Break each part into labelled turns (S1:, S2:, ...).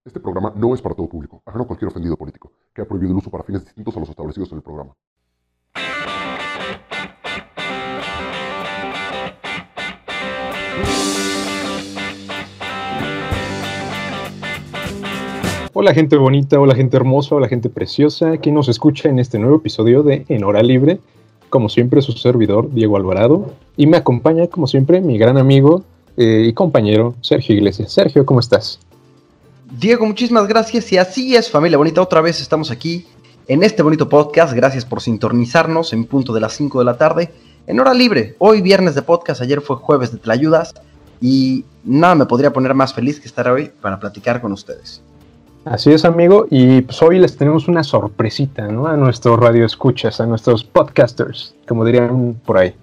S1: Este programa no es para todo público, ajeno a cualquier ofendido político, que ha prohibido el uso para fines distintos a los establecidos en el programa.
S2: Hola gente bonita, hola gente hermosa, hola gente preciosa que nos escucha en este nuevo episodio de En Hora Libre. Como siempre, su servidor, Diego Alvarado, y me acompaña, como siempre, mi gran amigo y compañero, Sergio Iglesias. Sergio, ¿cómo estás?
S3: Diego, muchísimas gracias, y así es, familia bonita, otra vez estamos aquí en este bonito podcast. Gracias por sintonizarnos en punto de las 5 de la tarde, en Hora Libre. Hoy viernes de podcast, ayer fue jueves de Tlayudas, y nada me podría poner más feliz que estar hoy para platicar con ustedes.
S2: Así es, amigo, y pues hoy les tenemos una sorpresita, ¿no? A nuestros radioescuchas, a nuestros podcasters, como dirían por ahí.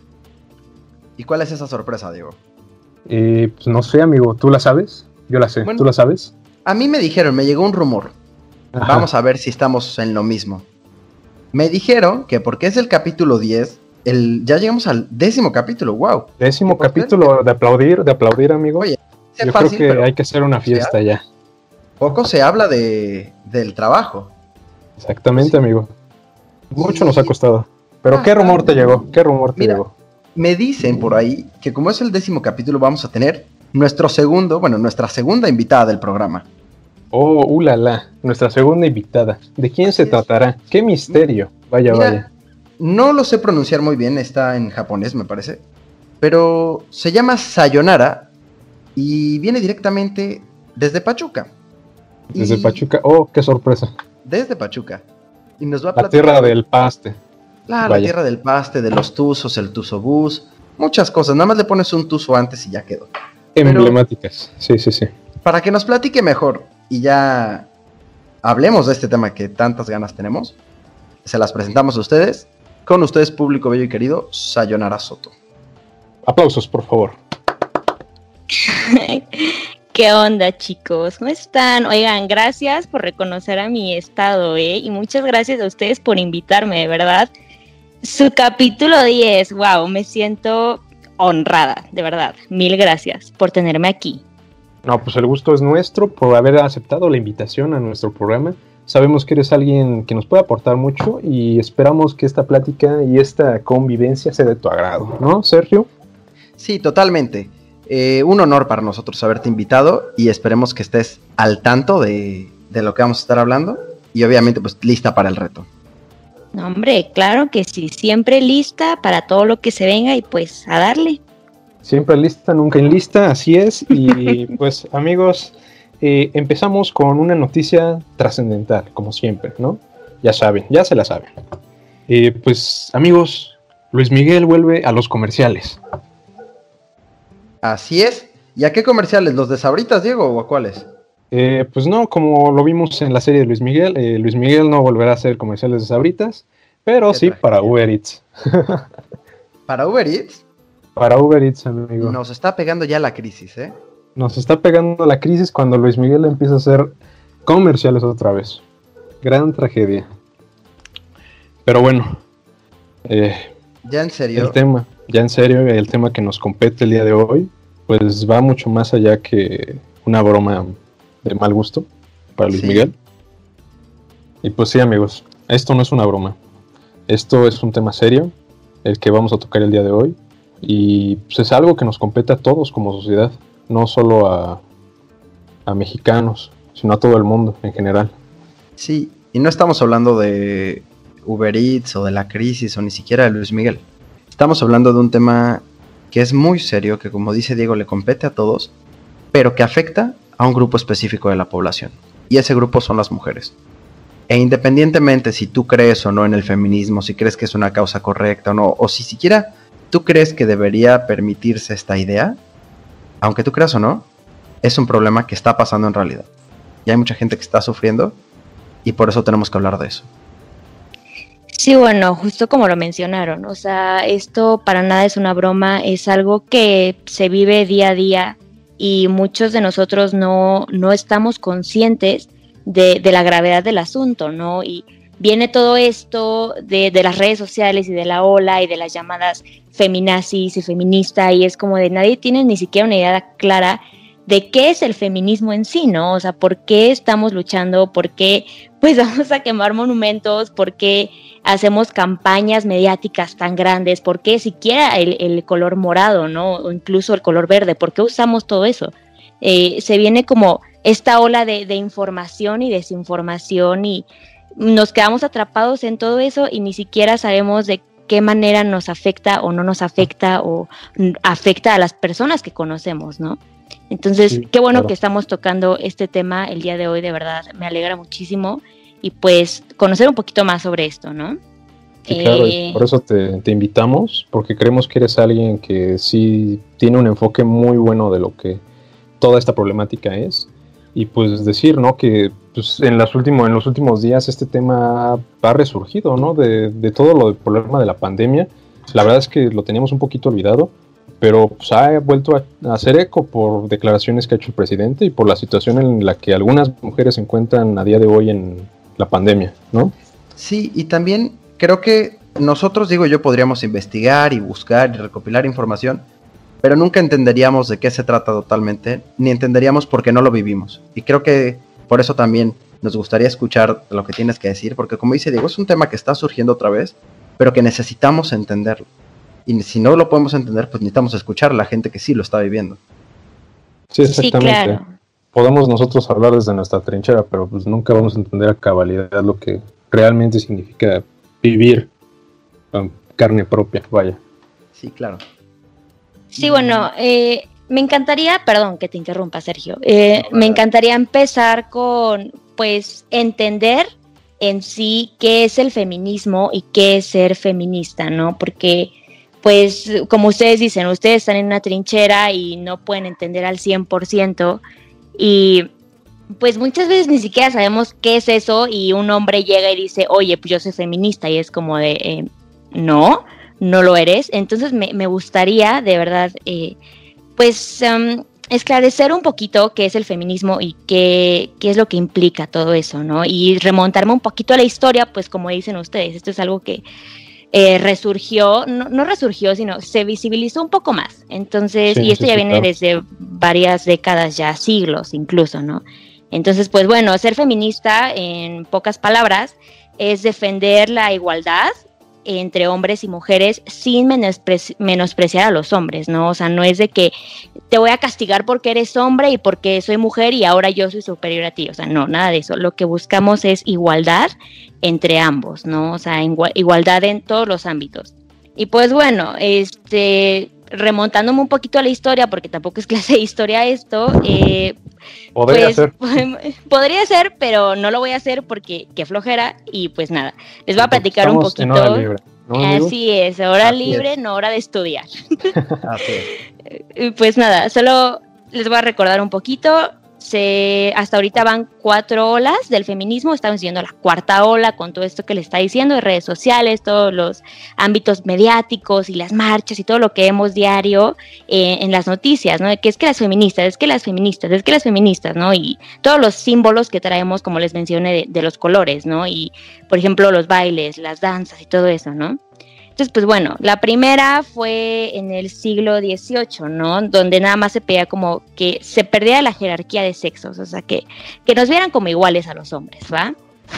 S3: ¿Y cuál es esa sorpresa, Diego?
S2: Pues no sé, amigo, ¿tú la sabes? Yo la sé,
S3: Bueno,
S2: ¿tú la sabes?
S3: A mí me dijeron, me llegó un rumor.
S2: Ajá.
S3: Vamos a ver si estamos en lo mismo. Me dijeron que porque es el capítulo 10, ya llegamos al 10º capítulo, wow.
S2: 10º capítulo de aplaudir, amigo.
S3: Oye,
S2: yo
S3: fácil,
S2: creo que hay que hacer una fiesta ya.
S3: Poco se habla del trabajo.
S2: Exactamente,
S3: Sí.
S2: Amigo. Mucho nos ha costado. Pero ¿qué rumor te llegó? ¿Qué rumor te llegó?
S3: Me dicen por ahí que como es el 10º capítulo vamos a tener nuestra segunda invitada del programa.
S2: Oh, la, nuestra segunda invitada. ¿De quién se tratará? ¡Qué misterio! Vaya,
S3: Mira,
S2: vaya.
S3: No lo sé pronunciar muy bien, está en japonés me parece, pero se llama Sayonara y viene directamente desde Pachuca.
S2: Desde Pachuca. Oh, qué sorpresa.
S3: Desde Pachuca. Y nos va a
S2: La
S3: platicar
S2: tierra del paste.
S3: La tierra del paste, de los tuzos, el tuzobús, muchas cosas. Nada más le pones un tuzo antes y ya quedó.
S2: Emblemáticas. Sí, sí, sí.
S3: Para que nos platique mejor y ya hablemos de este tema que tantas ganas tenemos, se las presentamos a ustedes. Con ustedes, público bello y querido, Sayonara Soto.
S2: Aplausos, por favor.
S4: ¿Qué onda, chicos? ¿Cómo están? Oigan, gracias por reconocer a mi estado, y muchas gracias a ustedes por invitarme, de verdad. Su capítulo 10, wow, me siento honrada, de verdad. Mil gracias por tenerme aquí.
S2: No, pues el gusto es nuestro por haber aceptado la invitación a nuestro programa. Sabemos que eres alguien que nos puede aportar mucho y esperamos que esta plática y esta convivencia sea de tu agrado, ¿no, Sergio?
S3: Sí, totalmente. Un honor para nosotros haberte invitado y esperemos que estés al tanto de lo que vamos a estar hablando y obviamente pues lista para el reto.
S4: No, hombre, claro que sí, siempre lista para todo lo que se venga y pues a darle.
S2: Siempre lista, nunca en lista, así es. Y pues amigos, empezamos con una noticia trascendental, como siempre, ¿no? Ya saben, ya se la saben. Pues amigos, Luis Miguel vuelve a los comerciales.
S3: Así es. ¿Y a qué comerciales? ¿Los de Sabritas, Diego, o a cuáles?
S2: Pues no, como lo vimos en la serie de Luis Miguel no volverá a hacer comerciales de Sabritas, pero sí para Uber Eats.
S3: ¿Para Uber Eats?
S2: Para Uber Eats, amigo.
S3: Nos está pegando ya la crisis, ¿eh?
S2: Nos está pegando la crisis cuando Luis Miguel empieza a hacer comerciales otra vez. Gran tragedia. Pero bueno.
S3: Ya en serio.
S2: El tema que nos compete el día de hoy, pues va mucho más allá que una broma de mal gusto para Luis Miguel. Y pues sí, amigos, esto no es una broma. Esto es un tema serio, el que vamos a tocar el día de hoy. Y pues es algo que nos compete a todos como sociedad, no solo a mexicanos, sino a todo el mundo en general.
S3: Sí, y no estamos hablando de Uber Eats o de la crisis o ni siquiera de Luis Miguel. Estamos hablando de un tema que es muy serio, que como dice Diego le compete a todos, pero que afecta a un grupo específico de la población. Y ese grupo son las mujeres. E independientemente si tú crees o no en el feminismo, si crees que es una causa correcta o no, o si siquiera tú crees que debería permitirse esta idea, aunque tú creas o no, es un problema que está pasando en realidad. Y hay mucha gente que está sufriendo y por eso tenemos que hablar de eso.
S4: Sí, bueno, justo como lo mencionaron, o sea, esto para nada es una broma, es algo que se vive día a día y muchos de nosotros no estamos conscientes de la gravedad del asunto, ¿no? Y viene todo esto de las redes sociales y de la ola y de las llamadas feminazis y feministas y es como de nadie tiene ni siquiera una idea clara de qué es el feminismo en sí, ¿no? O sea, ¿por qué estamos luchando? ¿Por qué pues vamos a quemar monumentos? ¿Por qué hacemos campañas mediáticas tan grandes? ¿Por qué siquiera el color morado, ¿no? O incluso el color verde, ¿por qué usamos todo eso? Se viene como esta ola de información y desinformación y nos quedamos atrapados en todo eso y ni siquiera sabemos de qué manera nos afecta o no nos afecta o afecta a las personas que conocemos, ¿no? Entonces,
S2: Sí,
S4: qué bueno
S2: claro.
S4: que estamos tocando este tema el día de hoy, de verdad, me alegra muchísimo y pues conocer un poquito más sobre esto, ¿no?
S2: Sí, claro, y por eso te invitamos, porque creemos que eres alguien que sí tiene un enfoque muy bueno de lo que toda esta problemática es. Y pues decir, ¿no? Que pues, en los últimos días este tema ha resurgido, ¿no? De todo lo del problema de la pandemia. La verdad es que lo teníamos un poquito olvidado, pero pues, ha vuelto a hacer eco por declaraciones que ha hecho el presidente y por la situación en la que algunas mujeres se encuentran a día de hoy en la pandemia, ¿no?
S3: Sí, y también creo que nosotros, digo yo, podríamos investigar y buscar y recopilar información, pero nunca entenderíamos de qué se trata totalmente, ni entenderíamos por qué no lo vivimos. Y creo que por eso también nos gustaría escuchar lo que tienes que decir, porque como dice Diego, es un tema que está surgiendo otra vez, pero que necesitamos entenderlo. Y si no lo podemos entender, pues necesitamos escuchar a la gente que sí lo está viviendo.
S2: Sí, exactamente.
S4: Sí, claro.
S2: Podemos nosotros hablar desde nuestra trinchera, pero pues nunca vamos a entender a cabalidad lo que realmente significa vivir con carne propia, vaya.
S3: Sí, claro.
S4: Sí, bueno, me encantaría, perdón que te interrumpa, Sergio, me encantaría empezar con, pues, entender en sí qué es el feminismo y qué es ser feminista, ¿no? Porque, pues, como ustedes dicen, ustedes están en una trinchera y no pueden entender al 100% y, pues, muchas veces ni siquiera sabemos qué es eso y un hombre llega y dice, oye, pues yo soy feminista y es como de, no lo eres. Entonces me gustaría de verdad pues esclarecer un poquito qué es el feminismo y qué es lo que implica todo eso, ¿no? Y remontarme un poquito a la historia, pues como dicen ustedes, esto es algo que resurgió, no resurgió, sino se visibilizó un poco más. Entonces,
S2: Sí,
S4: y esto
S2: sí,
S4: ya
S2: sí,
S4: viene
S2: claro.
S4: desde varias décadas, ya siglos incluso, ¿no? Entonces, pues bueno, ser feminista, en pocas palabras, es defender la igualdad entre hombres y mujeres sin menospreciar a los hombres, ¿no? O sea, no es de que te voy a castigar porque eres hombre y porque soy mujer y ahora yo soy superior a ti, o sea, no, nada de eso. Lo que buscamos es igualdad entre ambos, ¿no? O sea, igualdad en todos los ámbitos. Y pues bueno, remontándome un poquito a la historia, porque tampoco es clase de historia esto,
S2: Podría
S4: pues,
S2: ser.
S4: podría ser, pero no lo voy a hacer porque qué flojera y pues nada, les voy a platicar un
S2: Estamos
S4: poquito.
S2: en hora libre, ¿no, amigos?
S4: Así es, hora
S3: Así
S4: libre,
S3: es.
S4: no hora de estudiar.
S3: Así es.
S4: Pues nada, solo les voy a recordar un poquito. Hasta ahorita van 4 olas del feminismo, estamos viendo la 4ª ola con todo esto que le está diciendo de redes sociales, todos los ámbitos mediáticos y las marchas y todo lo que vemos diario en las noticias, ¿no? Que es que las feministas, es que las feministas, es que las feministas, ¿no? Y todos los símbolos que traemos, como les mencioné, de los colores, ¿no? Y, por ejemplo, los bailes, las danzas y todo eso, ¿no? Entonces, pues bueno, la primera fue en el siglo XVIII, ¿no? Donde nada más se pedía como que se perdiera la jerarquía de sexos, o sea, que nos vieran como iguales a los hombres, ¿va?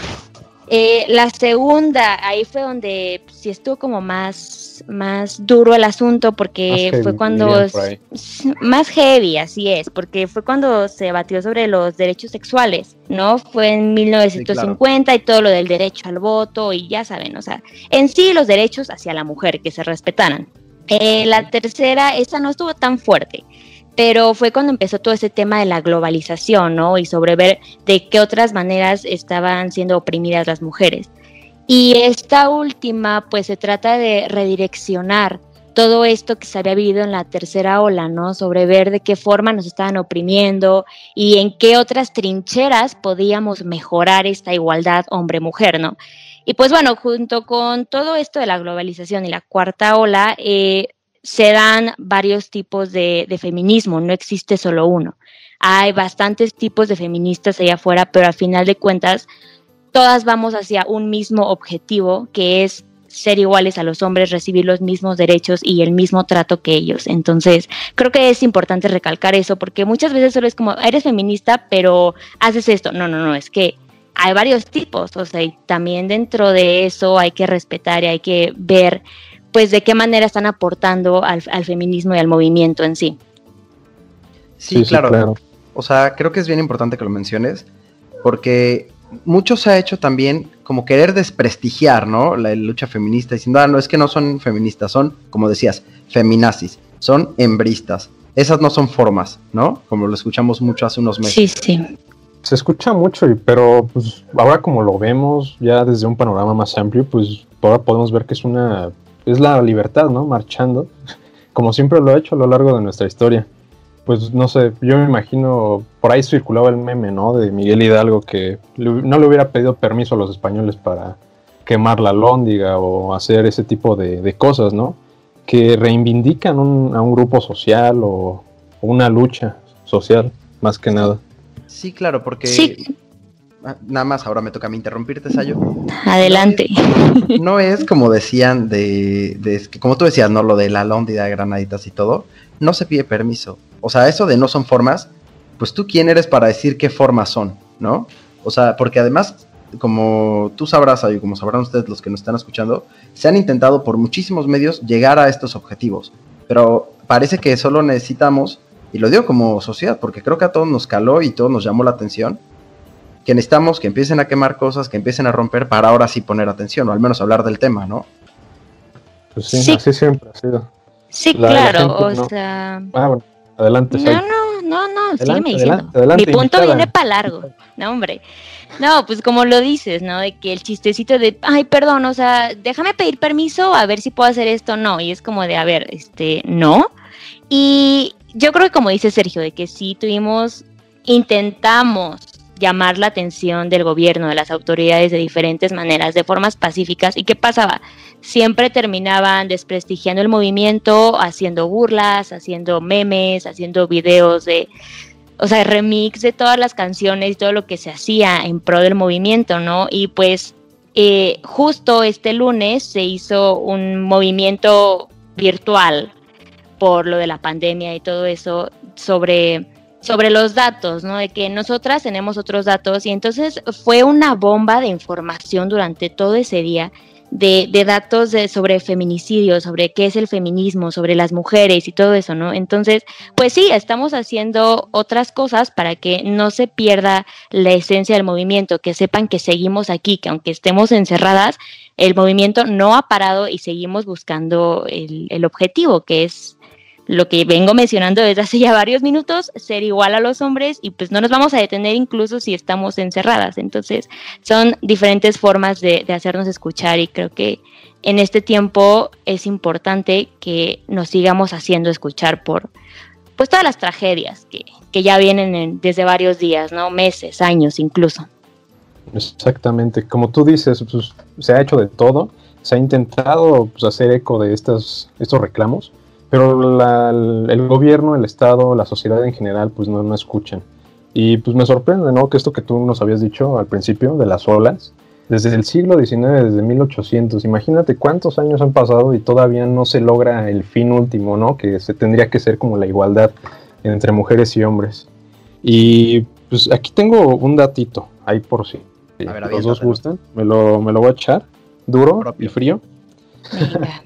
S4: La segunda, ahí fue donde sí estuvo como más duro el asunto, porque
S2: Más
S4: fue
S2: heavy,
S4: cuando
S2: dirían por ahí.
S4: más heavy, así es, porque fue cuando se debatió sobre los derechos sexuales, ¿no? Fue en 1950 y todo lo del derecho al voto y ya saben, o sea, en sí los derechos hacia la mujer, que se respetaran. La tercera, esa no estuvo tan fuerte, pero fue cuando empezó todo ese tema de la globalización, ¿no? Y sobre ver de qué otras maneras estaban siendo oprimidas las mujeres. Y esta última, pues se trata de redireccionar todo esto que se había vivido en la tercera ola, ¿no? Sobre ver de qué forma nos estaban oprimiendo y en qué otras trincheras podíamos mejorar esta igualdad hombre-mujer, ¿no? Y pues bueno, junto con todo esto de la globalización y la 4ª ola, se dan varios tipos de feminismo, no existe solo uno. Hay bastantes tipos de feministas allá afuera, pero al final de cuentas, todas vamos hacia un mismo objetivo, que es ser iguales a los hombres, recibir los mismos derechos y el mismo trato que ellos. Entonces, creo que es importante recalcar eso, porque muchas veces solo es como, eres feminista, pero haces esto. No, es que hay varios tipos, o sea, y también dentro de eso hay que respetar y hay que ver, pues, de qué manera están aportando al feminismo y al movimiento en sí.
S3: Sí, claro. O sea, creo que es bien importante que lo menciones, porque mucho se ha hecho también como querer desprestigiar, ¿no? La lucha feminista, diciendo, no, es que no son feministas, son, como decías, feminazis, son hembristas. Esas no son formas, ¿no? Como lo escuchamos mucho hace unos meses.
S4: Sí.
S2: Se escucha mucho, pero pues ahora como lo vemos ya desde un panorama más amplio, pues ahora podemos ver que es la libertad, ¿no? Marchando, como siempre lo ha hecho a lo largo de nuestra historia. Pues no sé, yo me imagino, por ahí circulaba el meme, ¿no? De Miguel Hidalgo que no le hubiera pedido permiso a los españoles para quemar la Alhóndiga o hacer ese tipo de cosas, ¿no? Que reivindican a un grupo social o una lucha social, más que nada.
S3: Sí, claro, porque...
S4: Sí.
S3: Nada más, ahora me toca a mí interrumpirte, Sayo.
S4: Adelante.
S3: No es como decían como tú decías, ¿no? Lo de la Alhóndiga de Granaditas y todo, no se pide permiso. O sea, eso de no son formas, pues tú quién eres para decir qué formas son, ¿no? O sea, porque además, como tú sabrás, Sayo, como sabrán ustedes los que nos están escuchando, se han intentado por muchísimos medios llegar a estos objetivos, pero parece que solo necesitamos, y lo digo como sociedad, porque creo que a todos nos caló y todos nos llamó la atención, que necesitamos que empiecen a quemar cosas, que empiecen a romper para ahora sí poner atención, o al menos hablar del tema, ¿no?
S2: Pues sí. Así siempre ha sido.
S4: Sí, claro, o sea...
S2: Bueno, adelante.
S4: No, sígueme diciendo. Mi punto
S2: invitada.
S4: viene para largo, no, hombre. No, pues como lo dices, ¿no? De que el chistecito de, ay, perdón, o sea, déjame pedir permiso a ver si puedo hacer esto, no. Y es como de, a ver, no. Y yo creo que como dice Sergio, de que sí intentamos llamar la atención del gobierno, de las autoridades de diferentes maneras, de formas pacíficas. ¿Y qué pasaba? Siempre terminaban desprestigiando el movimiento, haciendo burlas, haciendo memes, haciendo videos remix de todas las canciones y todo lo que se hacía en pro del movimiento, ¿no? Y pues justo este lunes se hizo un movimiento virtual por lo de la pandemia y todo eso sobre los datos, ¿no? De que nosotras tenemos otros datos y entonces fue una bomba de información durante todo ese día de datos sobre feminicidio, sobre qué es el feminismo, sobre las mujeres y todo eso, ¿no? Entonces, pues sí, estamos haciendo otras cosas para que no se pierda la esencia del movimiento, que sepan que seguimos aquí, que aunque estemos encerradas, el movimiento no ha parado y seguimos buscando el objetivo, que es lo que vengo mencionando desde hace ya varios minutos, ser igual a los hombres y pues no nos vamos a detener incluso si estamos encerradas. Entonces son diferentes formas de hacernos escuchar y creo que en este tiempo es importante que nos sigamos haciendo escuchar por pues todas las tragedias que ya vienen desde varios días, ¿no? Meses, años incluso.
S2: Exactamente, como tú dices, pues, se ha hecho de todo, se ha intentado pues, hacer eco de estos reclamos, pero el gobierno, el Estado, la sociedad en general, pues no escuchan. Y pues me sorprende, ¿no? Que esto que tú nos habías dicho al principio, de las olas, desde el siglo XIX, desde 1800, imagínate cuántos años han pasado y todavía no se logra el fin último, ¿no? Que se tendría que ser como la igualdad entre mujeres y hombres. Y pues aquí tengo un datito, ahí por si los dos gustan, me lo voy a echar, duro y frío.
S4: Venga.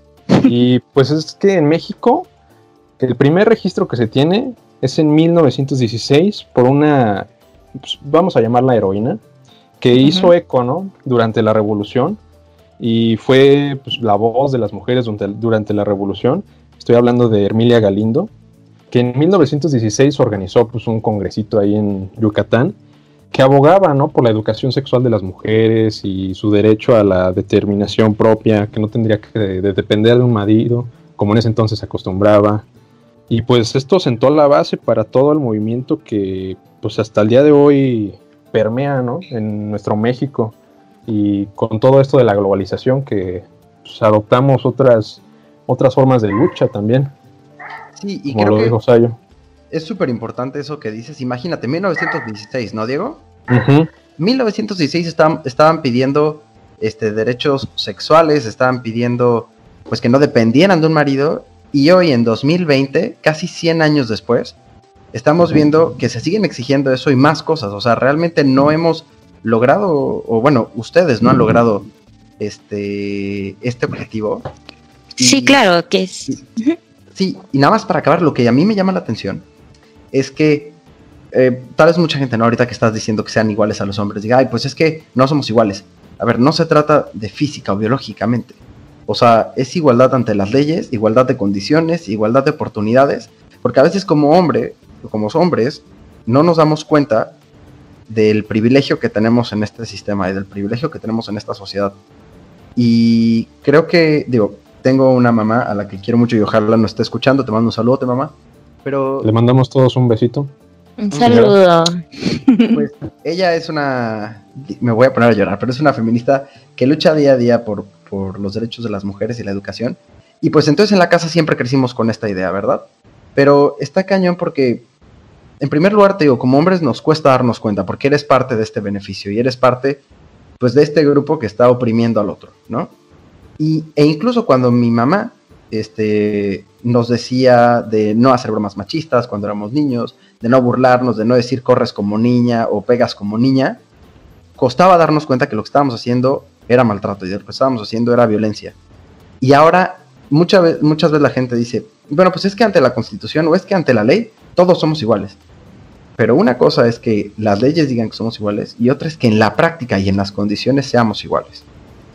S2: Y pues es que en México el primer registro que se tiene es en 1916 por una, pues, vamos a llamarla heroína, que hizo eco, ¿no? Durante la revolución y fue pues, la voz de las mujeres durante la revolución. Estoy hablando de Hermilia Galindo, que en 1916 organizó pues, un congresito ahí en Yucatán que abogaba, ¿no? Por la educación sexual de las mujeres y su derecho a la determinación propia, que no tendría que depender de un marido, como en ese entonces se acostumbraba. Y pues esto sentó la base para todo el movimiento que pues hasta el día de hoy permea, ¿no? En nuestro México, y con todo esto de la globalización que pues, adoptamos otras formas de lucha también.
S3: Sí, y
S2: como
S3: creo
S2: lo
S3: que
S2: dijo Sayo.
S3: es súper importante eso que dices. Imagínate, 1916, ¿no, Diego?
S2: Uh-huh.
S3: 1916 estaban pidiendo derechos sexuales, estaban pidiendo pues que no dependieran de un marido, y hoy en 2020, casi 100 años después, estamos viendo que se siguen exigiendo eso y más cosas. O sea, realmente no hemos logrado, o bueno, ustedes no han logrado este objetivo.
S4: Sí, claro, que es...
S3: Sí, y nada más para acabar, lo que a mí me llama la atención es que tal vez mucha gente, ¿no? Ahorita que estás diciendo que sean iguales a los hombres, diga, ay, pues es que no somos iguales. A ver, no se trata de física o biológicamente. O sea, es igualdad ante las leyes, igualdad de condiciones, igualdad de oportunidades, porque a veces como hombres, no nos damos cuenta del privilegio que tenemos en este sistema y del privilegio que tenemos en esta sociedad. Y creo que, tengo una mamá a la que quiero mucho y ojalá nos esté escuchando, te mando un saludo, mamá. Pero
S2: le mandamos todos un besito.
S4: Un saludo.
S3: Pues ella es me voy a poner a llorar, pero es una feminista que lucha día a día por los derechos de las mujeres y la educación. Y pues entonces en la casa siempre crecimos con esta idea, ¿verdad? Pero está cañón porque, en primer lugar, te digo, como hombres nos cuesta darnos cuenta porque eres parte de este beneficio y eres parte, pues, de este grupo que está oprimiendo al otro, ¿no? E incluso cuando mi mamá nos decía de no hacer bromas machistas cuando éramos niños, de no burlarnos, de no decir corres como niña o pegas como niña, costaba darnos cuenta que lo que estábamos haciendo era maltrato y lo que estábamos haciendo era violencia. Y ahora muchas veces la gente dice, bueno, pues es que ante la Constitución o es que ante la ley todos somos iguales. Pero una cosa es que las leyes digan que somos iguales y otra es que en la práctica y en las condiciones seamos iguales.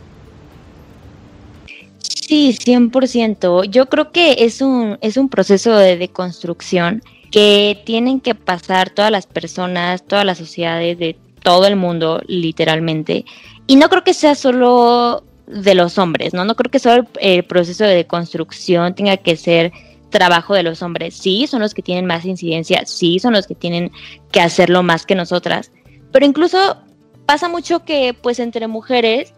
S4: Sí, 100%. Yo creo que es un proceso de deconstrucción que tienen que pasar todas las personas, todas las sociedades de todo el mundo, literalmente. Y no creo que sea solo de los hombres, ¿no? No creo que solo el proceso de deconstrucción tenga que ser trabajo de los hombres. Sí, son los que tienen más incidencia, sí, son los que tienen que hacerlo más que nosotras. Pero incluso pasa mucho que, pues, entre mujeres,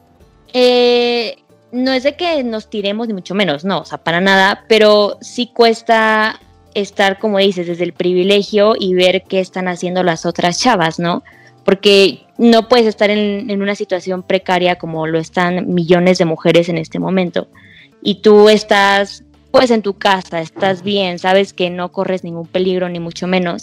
S4: no es de que nos tiremos ni mucho menos, no, o sea, para nada, pero sí cuesta estar, como dices, desde el privilegio y ver qué están haciendo las otras chavas, ¿no? Porque no puedes estar en una situación precaria como lo están millones de mujeres en este momento. Y tú estás, pues, en tu casa, estás bien, sabes que no corres ningún peligro, ni mucho menos.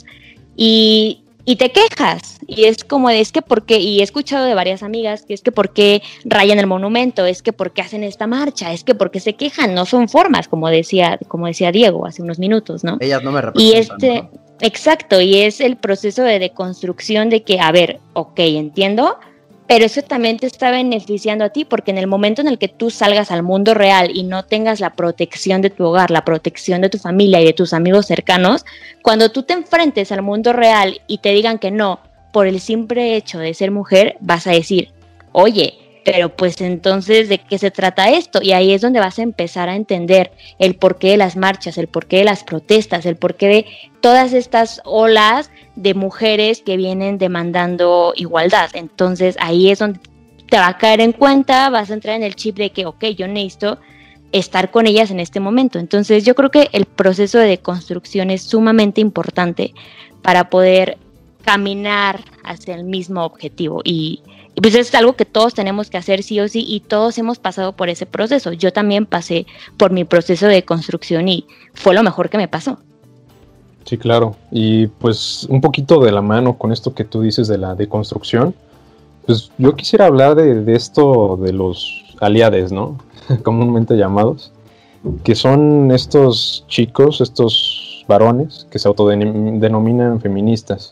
S4: Y te quejas, y es como de, es que por qué, y he escuchado de varias amigas que es que por qué rayan el monumento, es que por qué hacen esta marcha, es que por qué se quejan, no son formas, como decía Diego hace unos minutos, ¿no?
S3: Ellas no me representan, ¿no?
S4: Exacto, y es el proceso de deconstrucción de que, a ver, ok, entiendo, pero eso también te está beneficiando a ti, porque en el momento en el que tú salgas al mundo real y no tengas la protección de tu hogar, la protección de tu familia y de tus amigos cercanos, cuando tú te enfrentes al mundo real y te digan que no, por el simple hecho de ser mujer, vas a decir, oye, pero pues entonces, ¿de qué se trata esto? Y ahí es donde vas a empezar a entender el porqué de las marchas, el porqué de las protestas, el porqué de todas estas olas de mujeres que vienen demandando igualdad. Entonces ahí es donde te va a caer en cuenta, vas a entrar en el chip de que, ok, yo necesito estar con ellas en este momento. Entonces yo creo que el proceso de deconstrucción es sumamente importante para poder caminar hacia el mismo objetivo y pues es algo que todos tenemos que hacer sí o sí y todos hemos pasado por ese proceso. Yo también pasé por mi proceso de construcción y fue lo mejor que me pasó.
S2: Sí, claro. Y pues un poquito de la mano con esto que tú dices de la deconstrucción, pues yo quisiera hablar de esto de los aliades, ¿no? Comúnmente llamados, que son estos chicos, estos varones que se autodenominan feministas.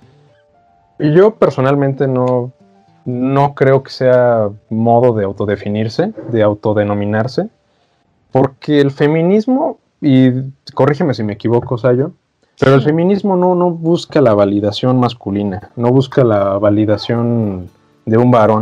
S2: Y yo personalmente no creo que sea modo de autodefinirse, de autodenominarse, porque el feminismo, y corrígeme si me equivoco, Sayo, pero el feminismo no busca la validación masculina, no busca la validación de un varón.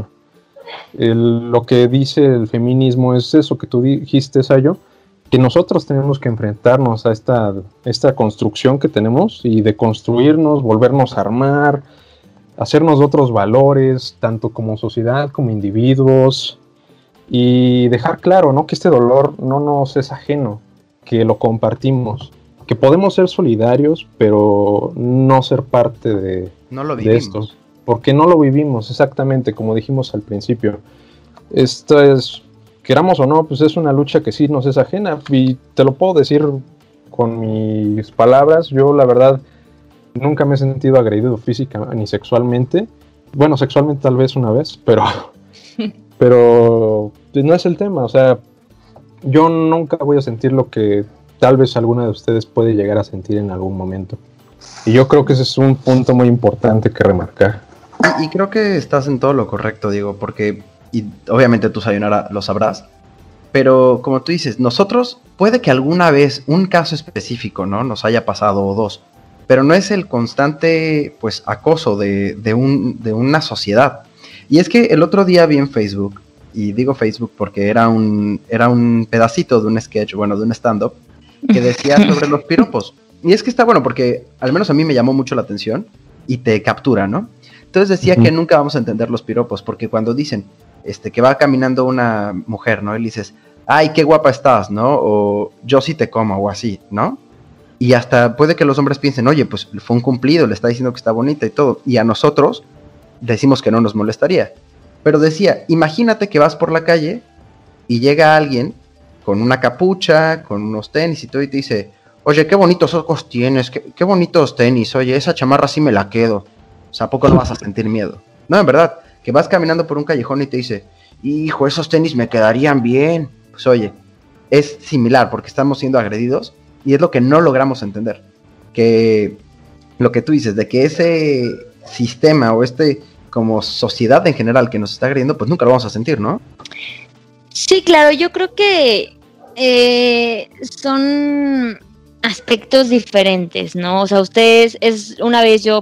S2: Lo que dice el feminismo es eso que tú dijiste, Sayo, que nosotros tenemos que enfrentarnos a esta construcción que tenemos y de construirnos, volvernos a armar, hacernos de otros valores, tanto como sociedad, como individuos, y dejar claro, ¿no?, que este dolor no nos es ajeno, que lo compartimos, que podemos ser solidarios, pero no ser parte de esto, porque no lo vivimos, exactamente, como dijimos al principio. Esto es, queramos o no, pues es una lucha que sí nos es ajena, y te lo puedo decir con mis palabras. Yo la verdad nunca me he sentido agredido física ni sexualmente. Bueno, sexualmente tal vez una vez, pero pues no es el tema. O sea, yo nunca voy a sentir lo que tal vez alguna de ustedes puede llegar a sentir en algún momento. Y yo creo que ese es un punto muy importante que remarcar.
S3: Y creo que estás en todo lo correcto, Diego, porque, y obviamente tú, Sayonara, lo sabrás, pero como tú dices, nosotros puede que alguna vez un caso específico, ¿no?, nos haya pasado o dos, pero no es el constante, pues, acoso de una sociedad. Y es que el otro día vi en Facebook, y digo Facebook porque era un pedacito de un sketch, bueno, de un stand-up, que decía sobre los piropos. Y es que está bueno porque al menos a mí me llamó mucho la atención y te captura, ¿no? Entonces decía que nunca vamos a entender los piropos, porque cuando dicen que va caminando una mujer, ¿no?, y le dices, ay, qué guapa estás, ¿no?, o yo sí te como, o así, ¿no? Y hasta puede que los hombres piensen, oye, pues fue un cumplido, le está diciendo que está bonita y todo, y a nosotros decimos que no nos molestaría. Pero decía, imagínate que vas por la calle y llega alguien con una capucha, con unos tenis y todo, y te dice, oye, qué bonitos ojos tienes, qué bonitos tenis, oye, esa chamarra sí me la quedo. O sea, ¿a poco no vas a sentir miedo? No, en verdad, que vas caminando por un callejón y te dice, hijo, esos tenis me quedarían bien. Pues oye, es similar porque estamos siendo agredidos y es lo que no logramos entender. Que lo que tú dices, de que ese sistema o como sociedad en general que nos está agrediendo, pues nunca lo vamos a sentir, ¿no?
S4: Sí, claro, yo creo que son aspectos diferentes, ¿no? O sea, una vez yo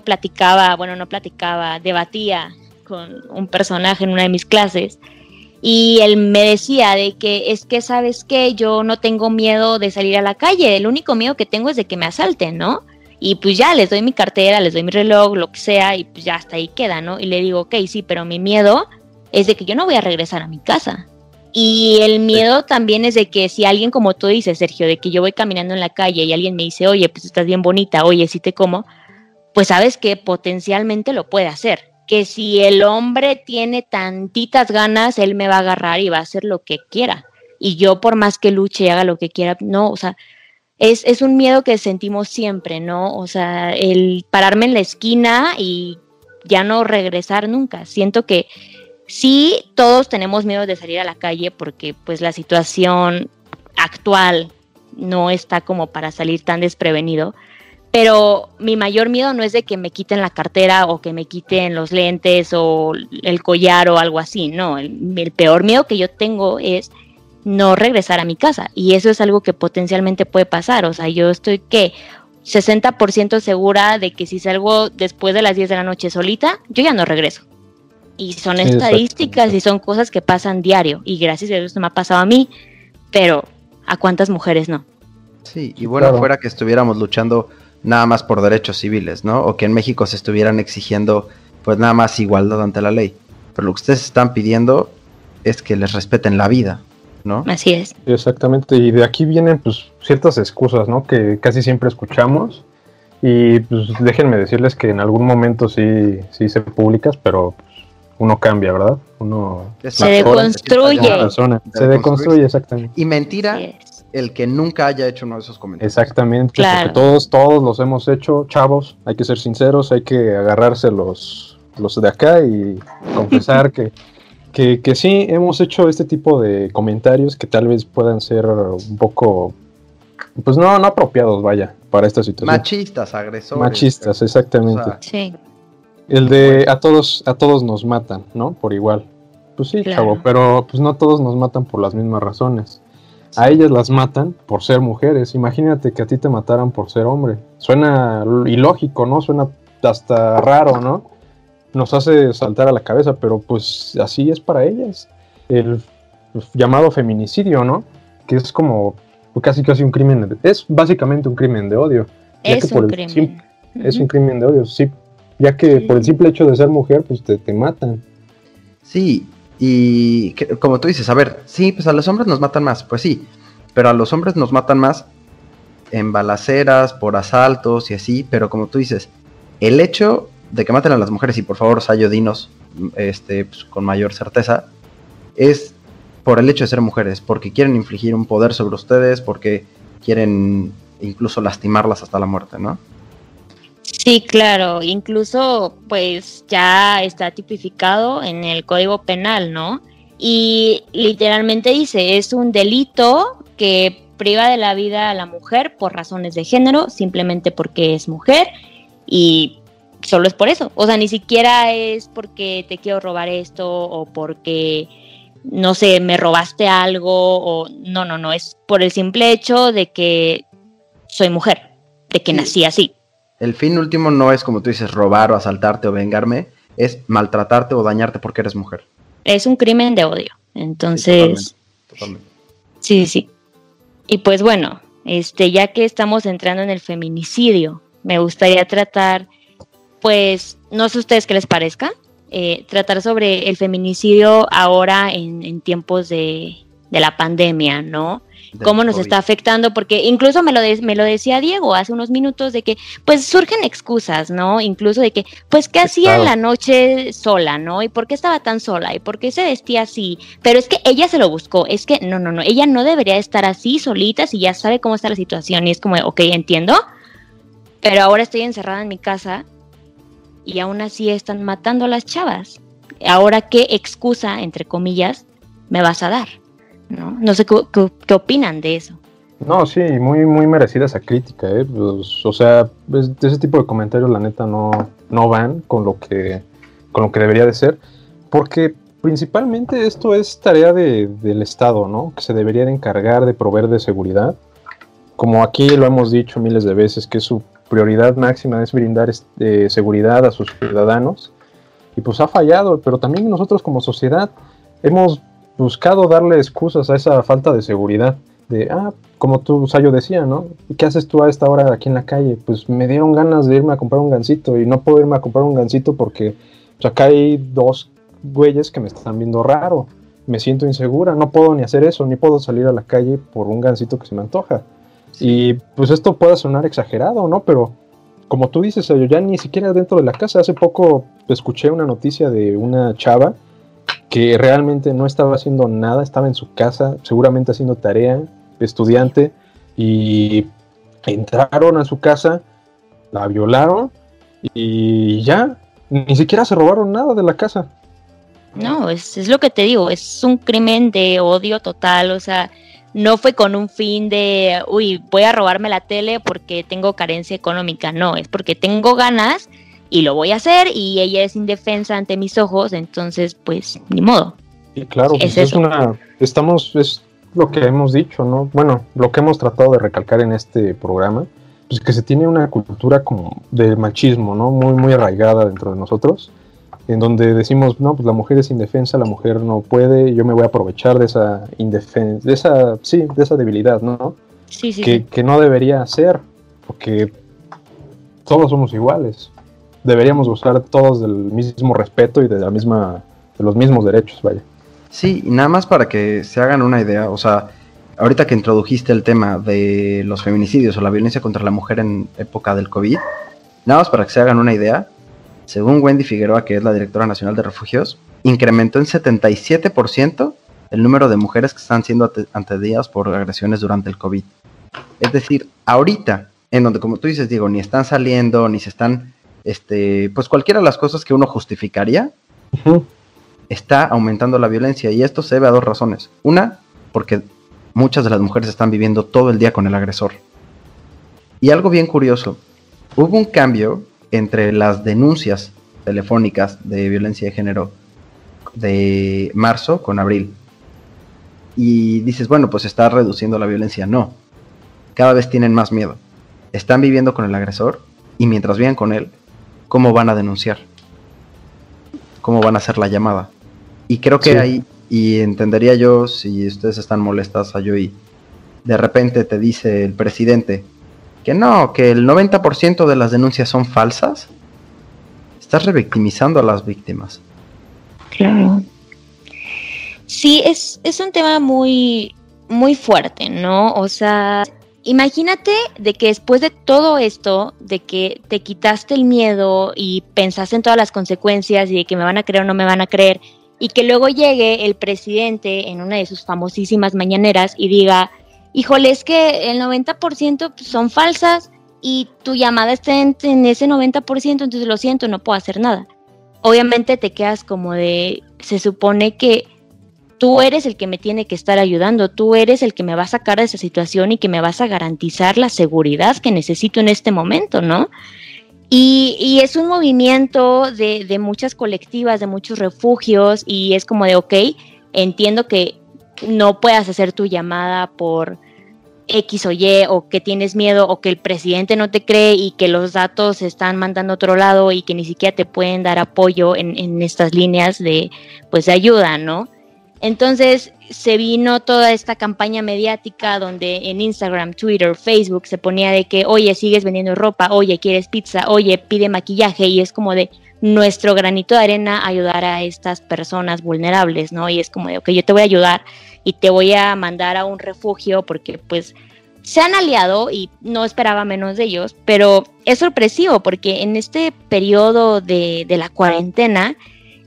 S4: debatía con un personaje en una de mis clases y él me decía de que es que, ¿sabes qué? Yo no tengo miedo de salir a la calle, el único miedo que tengo es de que me asalten, ¿no? Y pues ya, les doy mi cartera, les doy mi reloj, lo que sea, y pues ya hasta ahí queda, ¿no? Y le digo, ok, sí, pero mi miedo es de que yo no voy a regresar a mi casa. Y el miedo también es de que si alguien, como tú dices, Sergio, de que yo voy caminando en la calle y alguien me dice, oye, pues estás bien bonita, oye, sí te como, pues sabes que potencialmente lo puede hacer. Que si el hombre tiene tantitas ganas, él me va a agarrar y va a hacer lo que quiera. Y yo, por más que luche y haga lo que quiera, no, o sea, es un miedo que sentimos siempre, ¿no? O sea, el pararme en la esquina y ya no regresar nunca. Siento que sí, todos tenemos miedo de salir a la calle porque pues la situación actual no está como para salir tan desprevenido, pero mi mayor miedo no es de que me quiten la cartera o que me quiten los lentes o el collar o algo así, no, el peor miedo que yo tengo es no regresar a mi casa, y eso es algo que potencialmente puede pasar. O sea, yo estoy 60% segura de que si salgo después de las 10 de la noche solita, yo ya no regreso. Y son estadísticas y son cosas que pasan diario. Y gracias a Dios no me ha pasado a mí, pero ¿a cuántas mujeres no?
S3: Sí, y bueno, claro, fuera que estuviéramos luchando nada más por derechos civiles, ¿no? O que en México se estuvieran exigiendo pues nada más igualdad ante la ley. Pero lo que ustedes están pidiendo es que les respeten la vida, ¿no?
S4: Así es.
S2: Exactamente, y de aquí vienen pues ciertas excusas, ¿no?, que casi siempre escuchamos. Y pues déjenme decirles que en algún momento sí se publicas, pero uno cambia, ¿verdad? Uno
S4: se deconstruye.
S2: Se deconstruye, exactamente.
S3: Y mentira el que nunca haya hecho uno de esos comentarios.
S2: Exactamente,
S4: claro,
S2: porque todos los hemos hecho, chavos, hay que ser sinceros, hay que agarrarse los de acá y confesar que sí hemos hecho este tipo de comentarios que tal vez puedan ser un poco, pues no apropiados, vaya, para esta situación.
S3: Machistas, agresores.
S2: Machistas, exactamente. O sea,
S4: sí.
S2: El de a todos nos matan, ¿no? Por igual. Pues sí, claro, chavo, pero pues no todos nos matan por las mismas razones. Sí. A ellas las matan por ser mujeres. Imagínate que a ti te mataran por ser hombre. Suena ilógico, ¿no? Suena hasta raro, ¿no? Nos hace saltar a la cabeza, pero pues así es para ellas. El llamado feminicidio, ¿no? Que es como casi un crimen, es básicamente un crimen de odio.
S4: Es un crimen.
S2: Es un crimen de odio, sí. Ya que por el simple hecho de ser mujer, pues te matan.
S3: Sí, y como tú dices, a ver, sí, pues a los hombres nos matan más, pues sí, pero a los hombres nos matan más en balaceras, por asaltos y así, pero como tú dices, el hecho de que maten a las mujeres, y por favor, Sayo, dinos pues, con mayor certeza, es por el hecho de ser mujeres, porque quieren infligir un poder sobre ustedes, porque quieren incluso lastimarlas hasta la muerte, ¿no?
S4: Sí, claro, incluso pues ya está tipificado en el Código Penal, ¿no? Y literalmente dice, es un delito que priva de la vida a la mujer por razones de género, simplemente porque es mujer, y solo es por eso. O sea, ni siquiera es porque te quiero robar esto o porque, no sé, me robaste algo, o no, es por el simple hecho de que soy mujer, de que nací así.
S3: El fin último no es, como tú dices, robar o asaltarte o vengarme, es maltratarte o dañarte porque eres mujer.
S4: Es un crimen de odio. Entonces,
S3: sí, totalmente.
S4: Sí. Y pues bueno, ya que estamos entrando en el feminicidio, me gustaría tratar, pues, no sé a ustedes qué les parezca, tratar sobre el feminicidio ahora en tiempos de la pandemia, ¿no? Cómo nos está afectando, porque incluso me lo decía Diego hace unos minutos, de que pues surgen excusas, ¿no? Incluso de que, pues, ¿qué hacía en la noche sola, ¿no? ¿Y por qué estaba tan sola? ¿Y por qué se vestía así? Pero es que ella se lo buscó, es que no, ella no debería estar así solita si ya sabe cómo está la situación, y es como, ok, entiendo, pero ahora estoy encerrada en mi casa y aún así están matando a las chavas. Ahora, ¿qué excusa, entre comillas, me vas a dar? No sé qué opinan de eso.
S2: No, sí, muy, muy merecida esa crítica, pues, o sea, ese tipo de comentarios la neta no van con lo que debería de ser, porque principalmente esto es tarea del Estado, ¿no? Que se debería de encargar de proveer de seguridad. Como aquí lo hemos dicho miles de veces, que su prioridad máxima es brindar seguridad a sus ciudadanos, y pues ha fallado, pero también nosotros como sociedad hemos buscado darle excusas a esa falta de seguridad, de, como tú, Sayo, decía, ¿no? ¿Y qué haces tú a esta hora aquí en la calle? Pues me dieron ganas de irme a comprar un gansito, y no puedo irme a comprar un gansito porque pues, acá hay dos güeyes que me están viendo raro, me siento insegura, no puedo ni hacer eso, ni puedo salir a la calle por un gansito que se me antoja. Sí. Y pues esto puede sonar exagerado, ¿no? Pero como tú dices, Sayo, ya ni siquiera dentro de la casa. Hace poco escuché una noticia de una chava que realmente no estaba haciendo nada, estaba en su casa, seguramente haciendo tarea, estudiante, y entraron a su casa, la violaron y ya, ni siquiera se robaron nada de la casa.
S4: No, es lo que te digo, es un crimen de odio total, o sea, no fue con un fin de, voy a robarme la tele porque tengo carencia económica, no, es porque tengo ganas y lo voy a hacer, y ella es indefensa ante mis ojos, entonces pues ni modo.
S2: Sí, claro, pues es lo que hemos dicho, ¿no? Bueno, lo que hemos tratado de recalcar en este programa, pues que se tiene una cultura como de machismo, ¿no? Muy, muy arraigada dentro de nosotros, en donde decimos, no, pues la mujer es indefensa, la mujer no puede, yo me voy a aprovechar de esa indefensa, de esa debilidad, ¿no?
S4: Sí.
S2: Que no debería ser, porque todos somos iguales. Deberíamos gozar todos del mismo respeto y de los mismos derechos, vaya.
S3: Sí, y nada más para que se hagan una idea, o sea, ahorita que introdujiste el tema de los feminicidios o la violencia contra la mujer en época del COVID, nada más para que se hagan una idea, según Wendy Figueroa, que es la directora nacional de refugios, incrementó en 77% el número de mujeres que están siendo atendidas por agresiones durante el COVID. Es decir, ahorita, en donde, como tú dices, Diego, ni están saliendo, ni se están... pues cualquiera de las cosas que uno justificaría, está aumentando la violencia, y esto se debe a dos razones. Una, porque muchas de las mujeres están viviendo todo el día con el agresor. Y algo bien curioso, hubo un cambio entre las denuncias telefónicas de violencia de género de marzo con abril. Y dices, bueno, pues está reduciendo la violencia. No, cada vez tienen más miedo. Están viviendo con el agresor, y mientras vivan con él, ¿cómo van a denunciar? ¿Cómo van a hacer la llamada? Y creo que ahí, y entendería yo si ustedes están molestas a yo, y de repente te dice el presidente que no, que el 90% de las denuncias son falsas, estás revictimizando a las víctimas.
S4: Claro. Sí, es un tema muy, muy fuerte, ¿no? O sea, imagínate de que después de todo esto, de que te quitaste el miedo y pensaste en todas las consecuencias y de que me van a creer o no me van a creer, y que luego llegue el presidente en una de sus famosísimas mañaneras y diga, híjole, es que el 90% son falsas y tu llamada está en ese 90%, entonces lo siento, no puedo hacer nada. Obviamente te quedas como de, se supone que tú eres el que me tiene que estar ayudando, tú eres el que me va a sacar de esa situación y que me vas a garantizar la seguridad que necesito en este momento, ¿no? Y es un movimiento de muchas colectivas, de muchos refugios, y es como de, ok, entiendo que no puedas hacer tu llamada por X o Y, o que tienes miedo, o que el presidente no te cree y que los datos se están mandando a otro lado y que ni siquiera te pueden dar apoyo en estas líneas de ayuda, ¿no? Entonces se vino toda esta campaña mediática donde en Instagram, Twitter, Facebook se ponía de que, oye, sigues vendiendo ropa, oye, quieres pizza, oye, pide maquillaje, y es como de nuestro granito de arena ayudar a estas personas vulnerables, ¿no? Y es como de, ok, yo te voy a ayudar y te voy a mandar a un refugio porque pues se han aliado y no esperaba menos de ellos, pero es sorpresivo porque en este periodo de la cuarentena,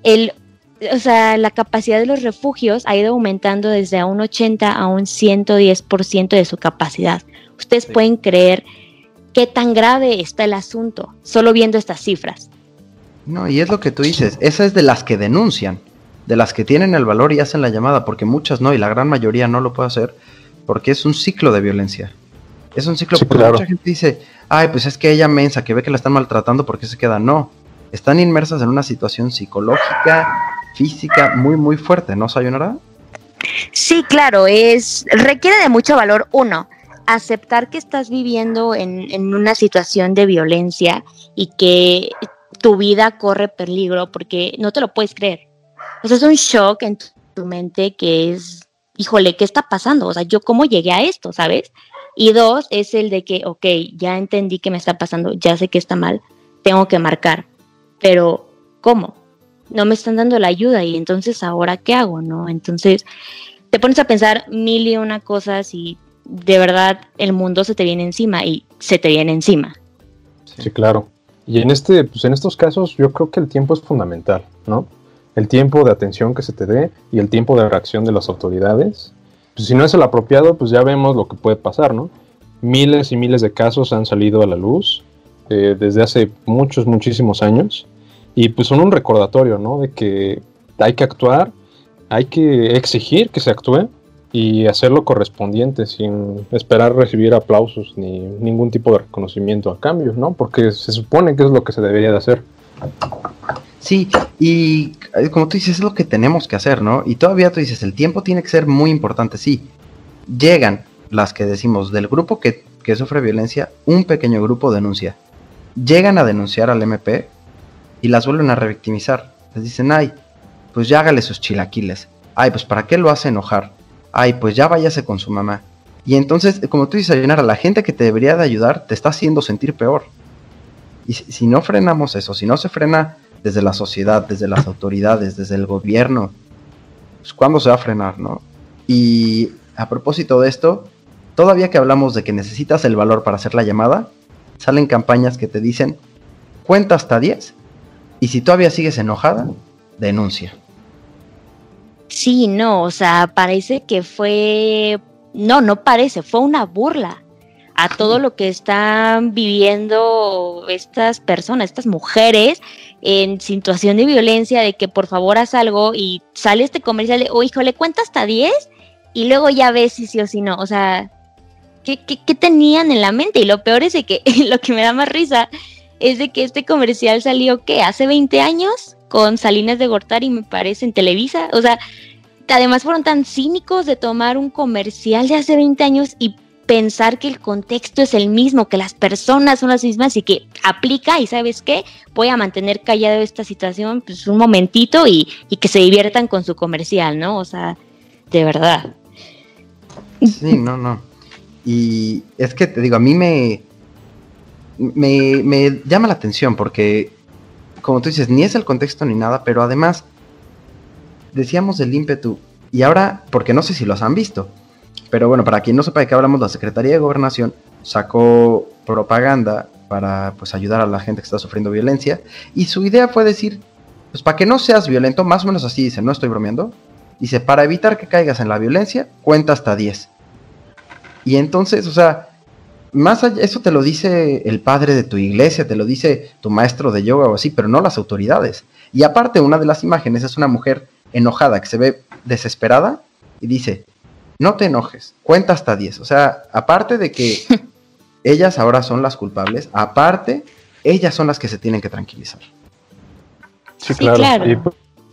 S4: la capacidad de los refugios ha ido aumentando desde a un 80 a un 110% de su capacidad. Ustedes pueden creer qué tan grave está el asunto solo viendo estas cifras.
S3: No, y es lo que tú dices, esa es de las que denuncian, de las que tienen el valor y hacen la llamada, porque muchas no, y la gran mayoría no lo puede hacer, porque es un ciclo de violencia. Es un ciclo, porque mucha gente dice, ay, pues es que ella mensa, que ve que la están maltratando, ¿por qué se queda? No, están inmersas en una situación psicológica, física muy muy fuerte, ¿no, Sayonara?
S4: Sí, claro, requiere de mucho valor. Uno, aceptar que estás viviendo en una situación de violencia y que tu vida corre peligro porque no te lo puedes creer. O sea, es un shock en tu mente que es, híjole, ¿qué está pasando? O sea, ¿yo cómo llegué a esto, sabes? Y dos, es el de que, ok, ya entendí qué me está pasando, ya sé que está mal, tengo que marcar, pero ¿cómo? No me están dando la ayuda y entonces ¿ahora qué hago, no? Entonces te pones a pensar mil y una cosas y de verdad el mundo se te viene encima y se te viene encima.
S2: Sí, claro. Y en estos casos yo creo que el tiempo es fundamental, ¿no? El tiempo de atención que se te dé y el tiempo de reacción de las autoridades. Pues si no es el apropiado, pues ya vemos lo que puede pasar, ¿no? Miles y miles de casos han salido a la luz desde hace muchísimos años. Y pues son un recordatorio, ¿no? De que hay que actuar, hay que exigir que se actúe y hacerlo correspondiente sin esperar recibir aplausos ni ningún tipo de reconocimiento a cambio, ¿no? Porque se supone que es lo que se debería de hacer.
S3: Sí, y como tú dices, es lo que tenemos que hacer, ¿no? Y todavía tú dices, el tiempo tiene que ser muy importante, sí. Llegan las que decimos, del grupo que sufre violencia, un pequeño grupo denuncia. Llegan a denunciar al MP y las vuelven a revictimizar. Les dicen, ay, pues ya hágale sus chilaquiles. Ay, pues ¿para qué lo hace enojar? Ay, pues ya váyase con su mamá. Y entonces, como tú dices, Sayonara, la gente que te debería de ayudar te está haciendo sentir peor. Y si no frenamos eso, si no se frena desde la sociedad, desde las autoridades, desde el gobierno, pues ¿cuándo se va a frenar, no? Y a propósito de esto, todavía que hablamos de que necesitas el valor para hacer la llamada, salen campañas que te dicen, cuenta hasta 10, y si todavía sigues enojada, denuncia.
S4: Sí, no, o sea, parece que fue, no parece, fue una burla a todo lo que están viviendo estas personas, estas mujeres en situación de violencia, de que por favor haz algo y sale este comercial de, oh, híjole, cuenta hasta 10 y luego ya ves si sí o si no, o sea, ¿qué tenían en la mente? Y lo peor es de que lo que me da más risa es de que este comercial salió, ¿qué? Hace 20 años con Salinas de Gortari, me parece, en Televisa, o sea, además fueron tan cínicos de tomar un comercial de hace 20 años y pensar que el contexto es el mismo, que las personas son las mismas y que aplica y ¿sabes qué? Voy a mantener callado esta situación pues un momentito y que se diviertan con su comercial, ¿no? O sea, de verdad.
S3: Sí, no. Y es que te digo, a mí me llama la atención porque, como tú dices, ni es el contexto ni nada, pero además decíamos del ímpetu y ahora, porque no sé si los han visto, pero bueno, para quien no sepa de qué hablamos, la Secretaría de Gobernación sacó propaganda para pues ayudar a la gente que está sufriendo violencia y su idea fue decir, pues para que no seas violento, más o menos así dice, no estoy bromeando, dice, para evitar que caigas en la violencia, cuenta hasta 10. Y entonces, o sea, más allá, eso te lo dice el padre de tu iglesia, te lo dice tu maestro de yoga o así, pero no las autoridades. Y aparte, una de las imágenes es una mujer enojada que se ve desesperada y dice, no te enojes, cuenta hasta 10. O sea, aparte de que ellas ahora son las culpables, aparte, ellas son las que se tienen que tranquilizar.
S2: Sí,
S4: Sí,
S2: claro.
S4: claro.
S2: Y, pues,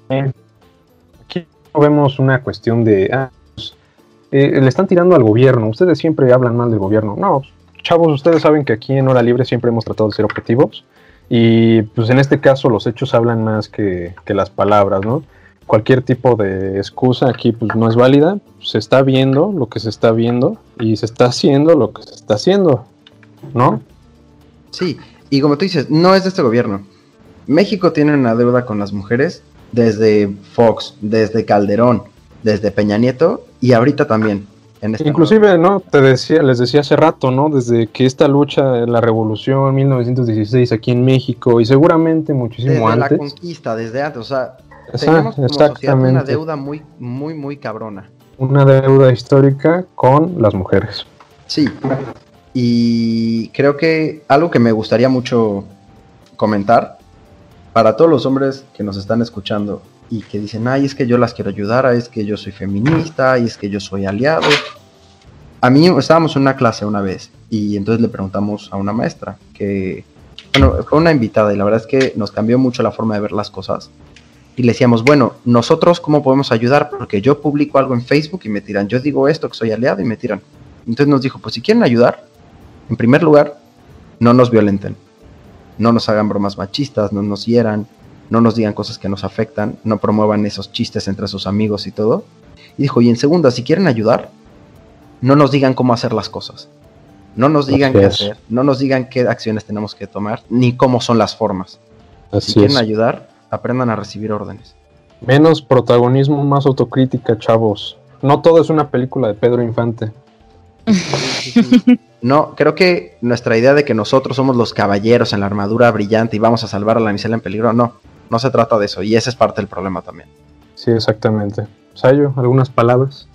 S2: aquí no vemos una cuestión de, le están tirando al gobierno, ustedes siempre hablan mal del gobierno. No, chavos, ustedes saben que aquí en Hora Libre siempre hemos tratado de ser objetivos y pues en este caso los hechos hablan más que las palabras, ¿no? Cualquier tipo de excusa aquí pues no es válida, se está viendo lo que se está viendo y se está haciendo lo que se está haciendo, ¿no?
S3: Sí, y como tú dices, no es de este gobierno. México tiene una deuda con las mujeres desde Fox, desde Calderón, desde Peña Nieto y ahorita también.
S2: Inclusive, ¿no? Les decía hace rato, ¿no? Desde que esta lucha, la revolución 1916 aquí en México y seguramente muchísimo
S3: desde
S2: antes.
S3: la conquista, desde antes, o sea, tenemos como sociedad una deuda muy cabrona.
S2: Una deuda histórica con las mujeres.
S3: Sí, y creo que algo que me gustaría mucho comentar para todos los hombres que nos están escuchando y que dicen, ay, es que yo las quiero ayudar, ay, es que yo soy feminista, ay, es que yo soy aliado. A mí estábamos en una clase una vez y entonces le preguntamos a una maestra que, bueno, fue una invitada y la verdad es que nos cambió mucho la forma de ver las cosas. Y le decíamos, bueno, nosotros cómo podemos ayudar, porque yo publico algo en Facebook y me tiran, yo digo esto que soy aliado y me tiran. Entonces nos dijo, pues si quieren ayudar, en primer lugar, no nos violenten, no nos hagan bromas machistas, no nos hieran, no nos digan cosas que nos afectan, no promuevan esos chistes entre sus amigos y todo. Y dijo, y en segunda, si quieren ayudar, no nos digan cómo hacer las cosas, no nos digan qué hacer, no nos digan qué acciones tenemos que tomar, ni cómo son las formas. Si quieren ayudar, aprendan a recibir órdenes.
S2: Menos protagonismo, más autocrítica, chavos. No todo es una película de Pedro Infante.
S3: No, creo que nuestra idea de que nosotros somos los caballeros en la armadura brillante y vamos a salvar a la damisela en peligro, no se trata de eso, y ese es parte del problema también.
S2: Sí, exactamente. Sayo, ¿algunas palabras?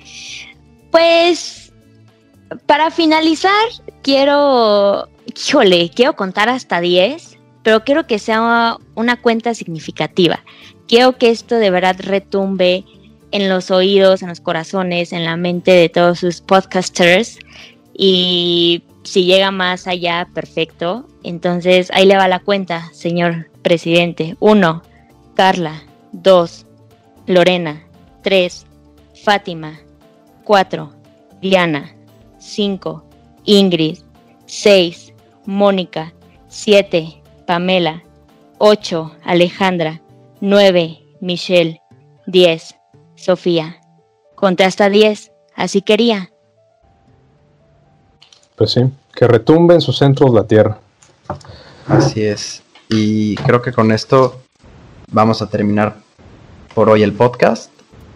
S4: Pues, para finalizar, quiero contar hasta 10, pero quiero que sea una cuenta significativa. Quiero que esto de verdad retumbe en los oídos, en los corazones, en la mente de todos sus podcasters. Y si llega más allá, perfecto. Entonces, ahí le va la cuenta, señor presidente. 1, Carla. 2, Lorena. 3, Fátima. 4, Diana. 5, Ingrid. 6, Mónica. 7, Pamela. 8, Alejandra. 9, Michelle. 10, Sofía. Conté hasta 10, así quería.
S2: Pues sí, que retumbe en sus centros la tierra.
S3: Así es. Y creo que con esto vamos a terminar por hoy el podcast.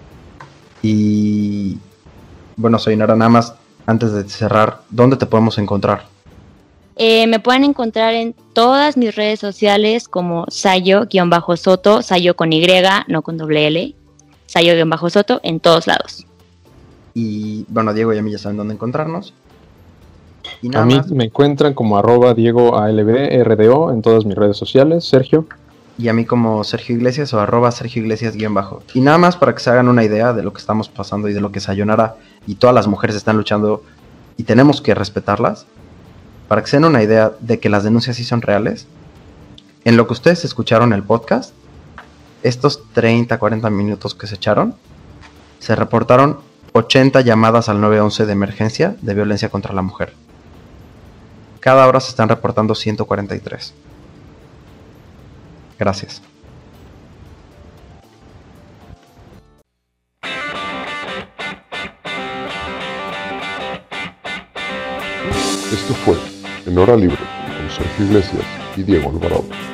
S3: Y bueno, Soynara, nada más antes de cerrar, ¿dónde te podemos encontrar?
S4: Me pueden encontrar en todas mis redes sociales como Sayo-Soto, Sayo con Y, no con doble L, Sayo-Soto, en todos lados.
S3: Y bueno, Diego y a mí ya saben dónde encontrarnos. Y nada
S2: a mí
S3: más.
S2: Me encuentran como @DiegoALBRDO en todas mis redes sociales. Sergio.
S3: Y a mí como Sergio Iglesias o @Sergio Iglesias _. Y nada más para que se hagan una idea de lo que estamos pasando y de lo que Sayonara y todas las mujeres están luchando y tenemos que respetarlas. Para que se den una idea de que las denuncias sí son reales, en lo que ustedes escucharon el podcast, estos 30, 40 minutos que se echaron, se reportaron 80 llamadas al 911 de emergencia de violencia contra la mujer. Cada hora se están reportando 143. Gracias.
S1: Esto fue En Hora Libre con Sergio Iglesias y Diego Alvarado.